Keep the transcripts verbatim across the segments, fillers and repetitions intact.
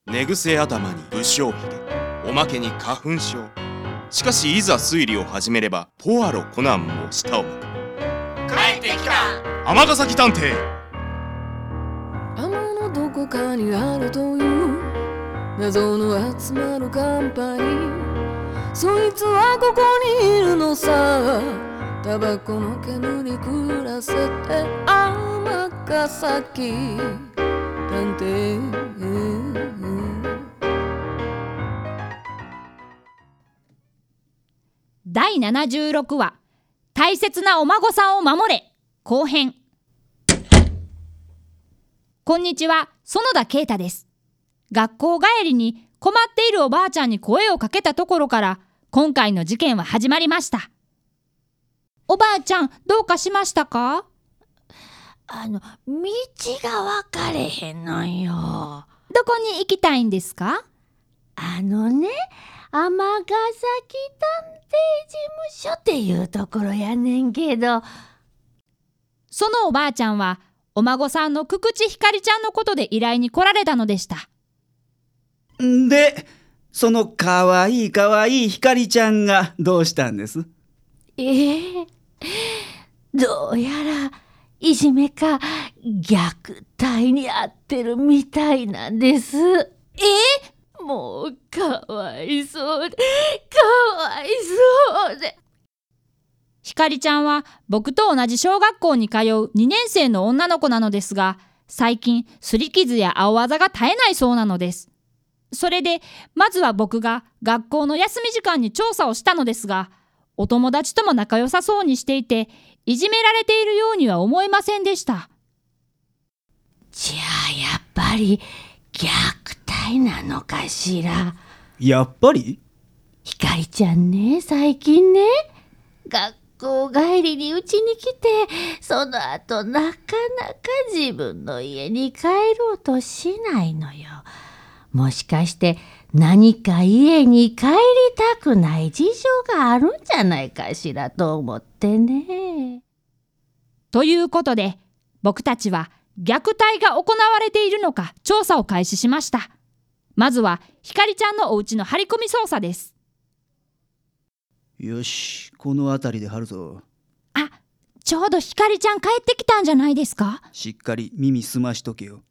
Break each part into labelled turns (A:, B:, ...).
A: 寝癖頭に不祥髭、おまけに花粉症。しかしいざ推理を始めればポアロコナンも舌を巻く。
B: 帰ってきた
A: 尼崎探偵。
C: 天のどこかにあるという謎の集まるカンパニー、そいつはここにいるのさ。タバコの煙暮らせて尼崎探偵。
D: だいななじゅうろくわ、大切なお孫さんを守れ後編。こんにちは、園田啓太です。学校帰りに困っているおばあちゃんに声をかけたところから今回の事件は始まりました。おばあちゃん、どうかしましたか？
E: あの、道が分かれへんのよ。
D: どこに行きたいんですか？
E: あのね、尼崎探偵事務所っていうところやねんけど。
D: そのおばあちゃんはお孫さんの久々知ひかりちゃんのことで依頼に来られたのでした。
F: んで、そのかわいいかわいいひかりちゃんがどうしたんです？
E: ええ、どうやらいじめか虐待に遭ってるみたいなんです。
D: え
E: ー、もうかわいそうでかわいそうで。
D: ひかりちゃんは僕と同じ小学校に通うにねんせいの女の子なのですが、最近擦り傷や青あざが絶えないそうなのです。それでまずは僕が学校の休み時間に調査をしたのですが、お友達とも仲良さそうにしていて、いじめられているようには思えませんでした。
E: じゃあやっぱり虐待なのかしら。
F: やっぱり？
E: ひかりちゃんね、最近ね、学校帰りにうちに来て、その後なかなか自分の家に帰ろうとしないのよ。もしかして何か家に帰りたくない事情があるんじゃないかしらと思ってね。
D: ということで、僕たちは虐待が行われているのか調査を開始しました。まずはひかりちゃんのお家の張り込み捜査です。
F: よし、この辺りで張るぞ。
D: あ、ちょうどひかりちゃん帰ってきたんじゃないですか？
F: しっかり耳澄ましとけよ。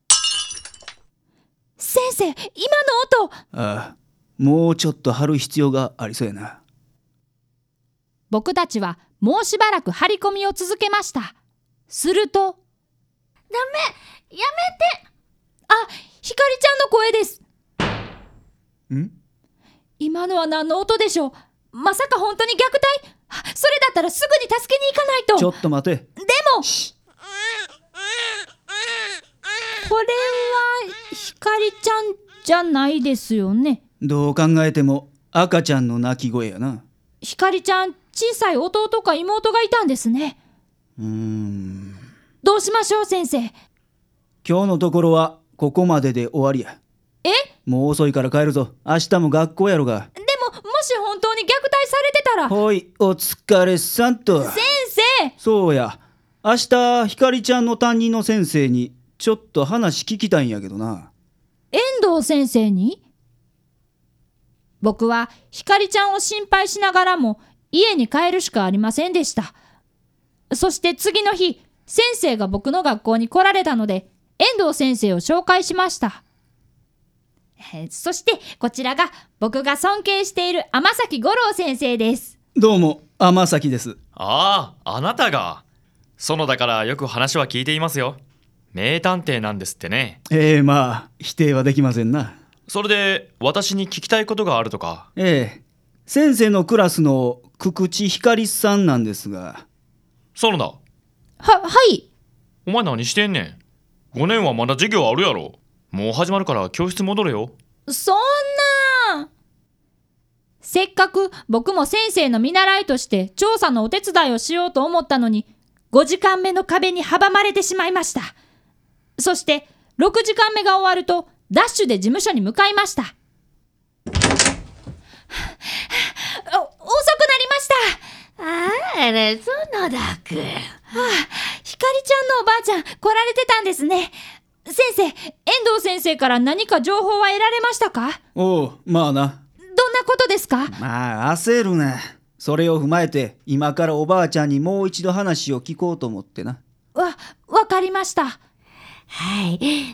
D: 先生、今の音。
F: ああ、もうちょっと張る必要がありそうやな。
D: 僕たちはもうしばらく張り込みを続けました。すると、
E: ダメ、やめて。
D: あ、ひかりちゃんの声です。
F: ん？
D: 今のは何の音でしょう？まさか本当に虐待？それだったらすぐに助けに行かないと。
F: ちょっと待て。
D: でもこれはひかりちゃんじゃないですよね。
F: どう考えても赤ちゃんの泣き声やな。
D: ひかりちゃん、小さい弟か妹がいたんですね。
F: うーん。
D: どうしましょう先生。
F: 今日のところはここまでで終わりや。
D: え？
F: もう遅いから帰るぞ。明日も学校やろが。
D: でも、もし本当に虐待されてたら。
F: ほい、お疲れさんと。
D: 先生。
F: そうや。明日ひかりちゃんの担任の先生にちょっと話聞きたいんやけどな。
D: 遠藤先生に？僕はひかりちゃんを心配しながらも家に帰るしかありませんでした。そして次の日、先生が僕の学校に来られたので遠藤先生を紹介しました。えー、そしてこちらが僕が尊敬している天崎五郎先生です。
F: どうも、天崎です。
G: ああ、あなたが。園田からよく話は聞いていますよ。名探偵なんですってね。
F: ええ、まあ否定はできませんな。
G: それで私に聞きたいことがあるとか。
F: ええ、先生のクラスの久々知ひかりさんなんですが。
G: 園田。
D: は、はい。
G: お前何してんねん。ごねんはまだ授業あるやろ。もう始まるから教室戻れよ。
D: そんな。せっかく僕も先生の見習いとして調査のお手伝いをしようと思ったのに、ごじかんめの壁に阻まれてしまいました。そしてろくじかんめが終わるとダッシュで事務所に向かいました。お、遅くなりました。
E: あら、園田くん。
D: はあ、ひかりちゃんのおばあちゃん来られてたんですね。 先生、遠藤先生から何か情報は得られましたか？
F: おう、まあな。
D: どんなことですか？
F: まあ焦るな。それを踏まえて今からおばあちゃんにもう一度話を聞こうと思ってな。
D: わ、わかりました。
E: はい、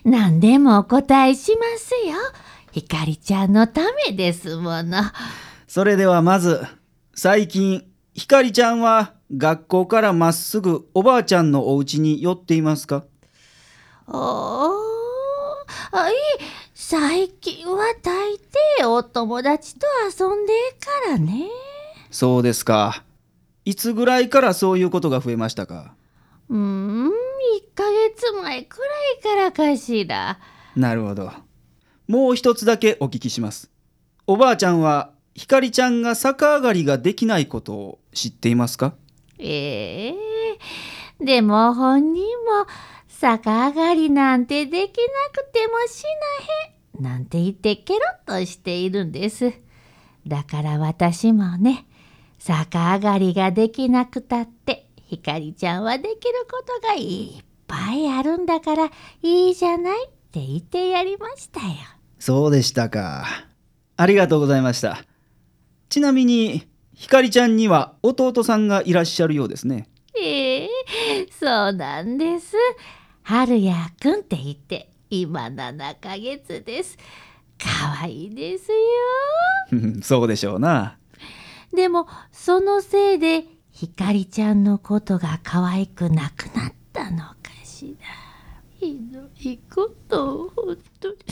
E: 何でもお答えしますよ。ひかりちゃんのためですもの。
F: それではまず、最近ひかりちゃんは学校からまっすぐおばあちゃんのお家に寄っていますか？
E: おー、あいい、最近は大抵お友達と遊んでからね。
F: そうですか。いつぐらいからそういうことが増えましたか？
E: うーん、いっかげつまえくらいからかしら。
F: なるほど。もう一つだけお聞きします。おばあちゃんはひかりちゃんが逆上がりができないことを知っていますか？
E: ええー、でも本人も逆上がりなんてできなくてもしなへんなんて言ってケロッとしているんです。だから私もね、逆上がりができなくたってひかりちゃんはできることがいっぱいあるんだからいいじゃないって言ってやりましたよ。
F: そうでしたか。ありがとうございました。ちなみにひかりちゃんには弟さんがいらっしゃるようですね。
E: ええー、そうなんです。春也くんって言って今ななかげつです。かわいいですよ。
F: そうでしょうな。
E: でもそのせいでひかりちゃんのことが可愛くなくなったのかしら。ひどいことを本当に。
D: あ、おば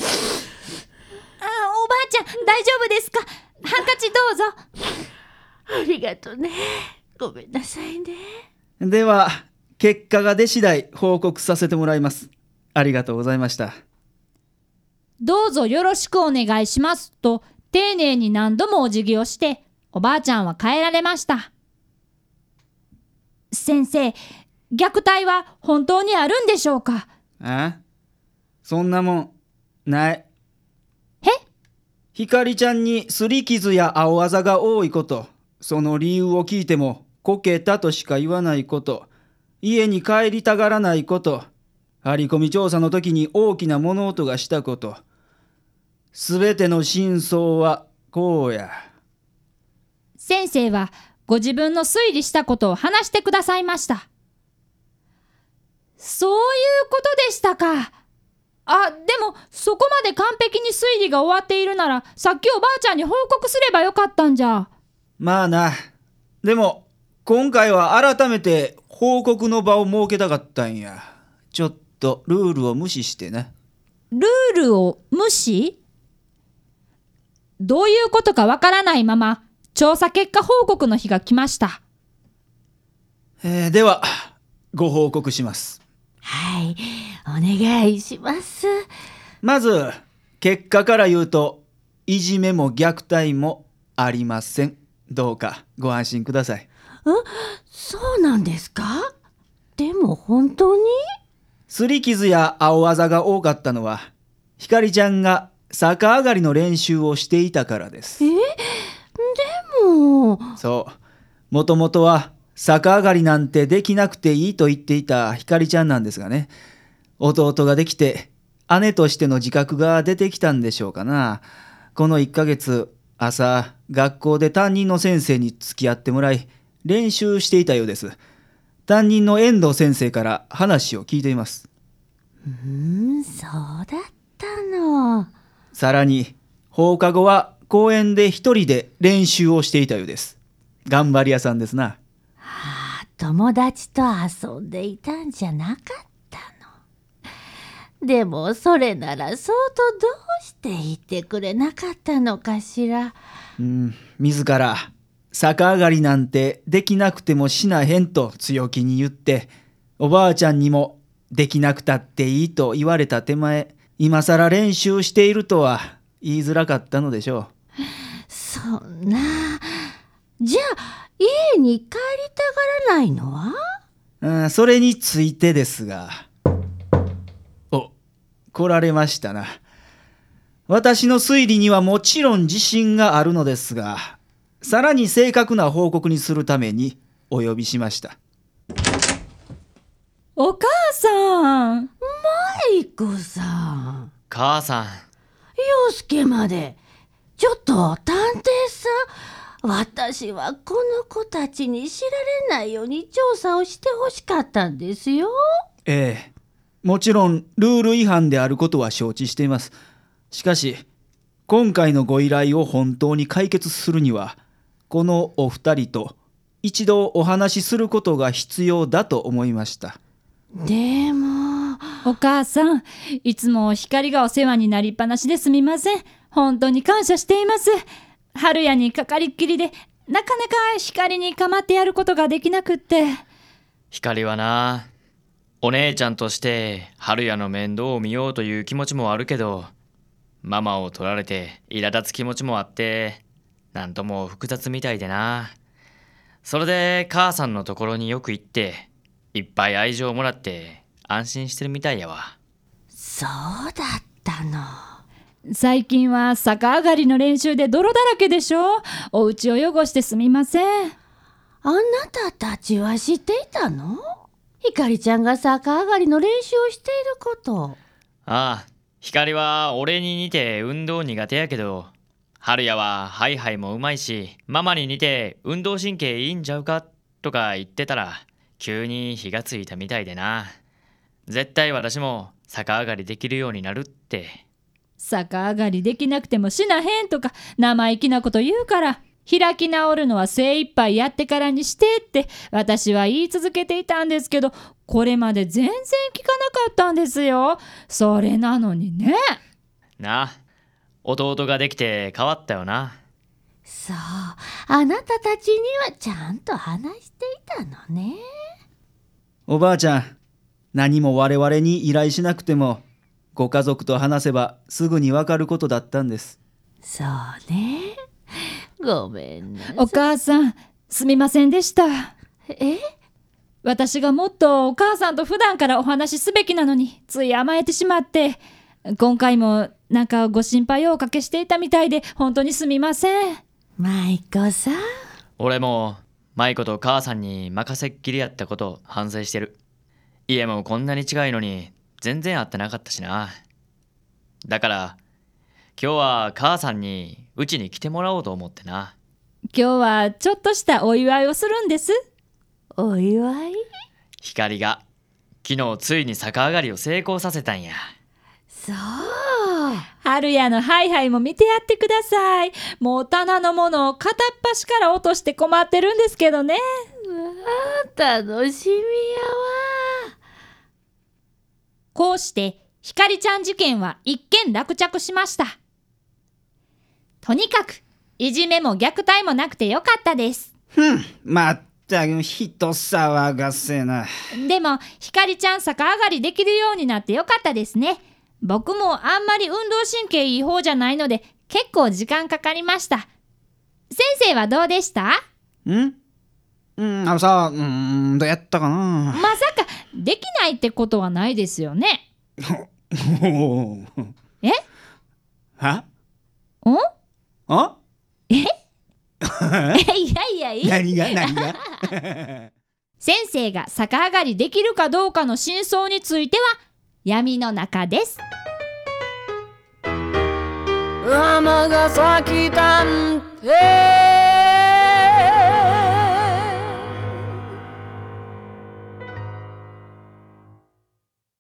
D: あちゃん、大丈夫ですか？ハンカチどうぞ。
E: ありがとね。ごめんなさいね。
F: では結果が出次第報告させてもらいます。ありがとうございました。
D: どうぞよろしくお願いしますと丁寧に何度もお辞儀をしておばあちゃんは帰られました。先生、虐待は本当にあるんでしょうか？
F: あ？そんなもんない。
D: え？
F: ひかりちゃんに擦り傷や青あざが多いこと、その理由を聞いてもこけたとしか言わないこと、家に帰りたがらないこと、張り込み調査の時に大きな物音がしたこと、すべての真相はこうや。
D: 先生はご自分の推理したことを話してくださいました。そういうことでしたか。あ、でもそこまで完璧に推理が終わっているならさっきおばあちゃんに報告すればよかったんじゃ。
F: まあな。でも今回は改めて報告の場を設けたかったんや。ちょっとルールを無視してな。
D: ルールを無視？どういうことかわからないまま調査結果報告の日が来ました。
F: えー、ではご報告します。
E: はい、お願いします。
F: まず結果から言うといじめも虐待もありません。どうかご安心ください。
E: え、そうなんですか？でも本当に？
F: 擦り傷や青あざが多かったのはひかりちゃんが逆上がりの練習をしていたからです。
E: え？でも
F: そう、もともとは逆上がりなんてできなくていいと言っていたひかりちゃんなんですがね、弟ができて姉としての自覚が出てきたんでしょうかな。このいっかげつ朝学校で担任の先生に付き合ってもらい練習していたようです。担任の遠藤先生から話を聞いています。
E: うーん、そうだったの。
F: さらに放課後は公園で一人で練習をしていたようです。頑張り屋さんですな。
E: はあ、友達と遊んでいたんじゃなかったの。でもそれならそうとどうして言ってくれなかったのかしら。
F: うん、自ら逆上がりなんてできなくてもしなへんと強気に言って、おばあちゃんにもできなくたっていいと言われた手前、今さら練習しているとは言いづらかったのでしょう。
E: そんな。じゃあ家に帰りたがらないのは？
F: うん、それについてですが。お、来られましたな。私の推理にはもちろん自信があるのですが、さらに正確な報告にするためにお呼びしました。
D: お母さん。
E: ま舞子さん、
G: 母さん、
E: 陽介まで。ちょっと探偵さん、私はこの子たちに知られないように調査をしてほしかったんですよ。
F: ええ、もちろんルール違反であることは承知しています。しかし今回のご依頼を本当に解決するには、このお二人と一度お話しすることが必要だと思いました。
E: でも
D: お母さん、いつも光がお世話になりっぱなしですみません。本当に感謝しています。春也にかかりっきりでなかなか光に構ってやることができなくって。
G: 光はな、お姉ちゃんとして春也の面倒を見ようという気持ちもあるけど、ママを取られて苛立つ気持ちもあって、なんとも複雑みたいでな。それで母さんのところによく行っていっぱい愛情をもらって安心してるみたいやわ。
E: そうだったの。
D: 最近は逆上がりの練習で泥だらけでしょ。お家を汚してすみません。
E: あなたたちは知っていたの？ひかりちゃんが逆上がりの練習をしていること。
G: ああ、光は俺に似て運動苦手やけど、春也はハイハイもうまいし、ママに似て運動神経いいんちゃうかとか言ってたら、急に火がついたみたいでな。絶対私も逆上がりできるようになるって。
D: 逆上がりできなくてもしなへんとか生意気なこと言うから、開き直るのは精一杯やってからにしてって私は言い続けていたんですけど、これまで全然聞かなかったんですよ。それなのにね。
G: なあ、弟ができて変わったよな。
E: そう、あなたたちにはちゃんと話していたのね。
F: おばあちゃん、何も我々に依頼しなくてもご家族と話せばすぐにわかることだったんです。
E: そうね、ごめんなさい。
D: お母さん、すみませんでした。
E: え？
D: 私がもっとお母さんと普段からお話しすべきなのについ甘えてしまって、今回もなんかご心配をおかけしていたみたいで本当にすみません。
E: 舞子さん、
G: 俺も舞子と母さんに任せっきりやったこと反省してる。家もこんなに近いのに全然会ってなかったしな。だから今日は母さんにうちに来てもらおうと思ってな。
D: 今日はちょっとしたお祝いをするんです。
E: お祝い？
G: 光が昨日ついに逆上がりを成功させたんや。
E: そう。
D: 春也のハイハイも見てやってください。もう棚のものを片っ端から落として困ってるんですけどね。
E: うわ、楽しみやわ。
D: こうしてひかりちゃん事件は一件落着しました。とにかくいじめも虐待もなくてよかったです。
H: ふん、まったく人騒がせな。
D: でもひかりちゃん逆上がりできるようになってよかったですね。僕もあんまり運動神経いい方じゃないので結構時間かかりました。先生はどうでした？
H: んうん、あのさ、うん、どうやったかな。
D: まさかできないってことはないですよね。え？
H: は？
D: ん？
H: あ？
D: え？いやいやいや。
H: 何が何が
D: 先生が逆上がりできるかどうかの真相については闇の中です。
C: 尼崎探偵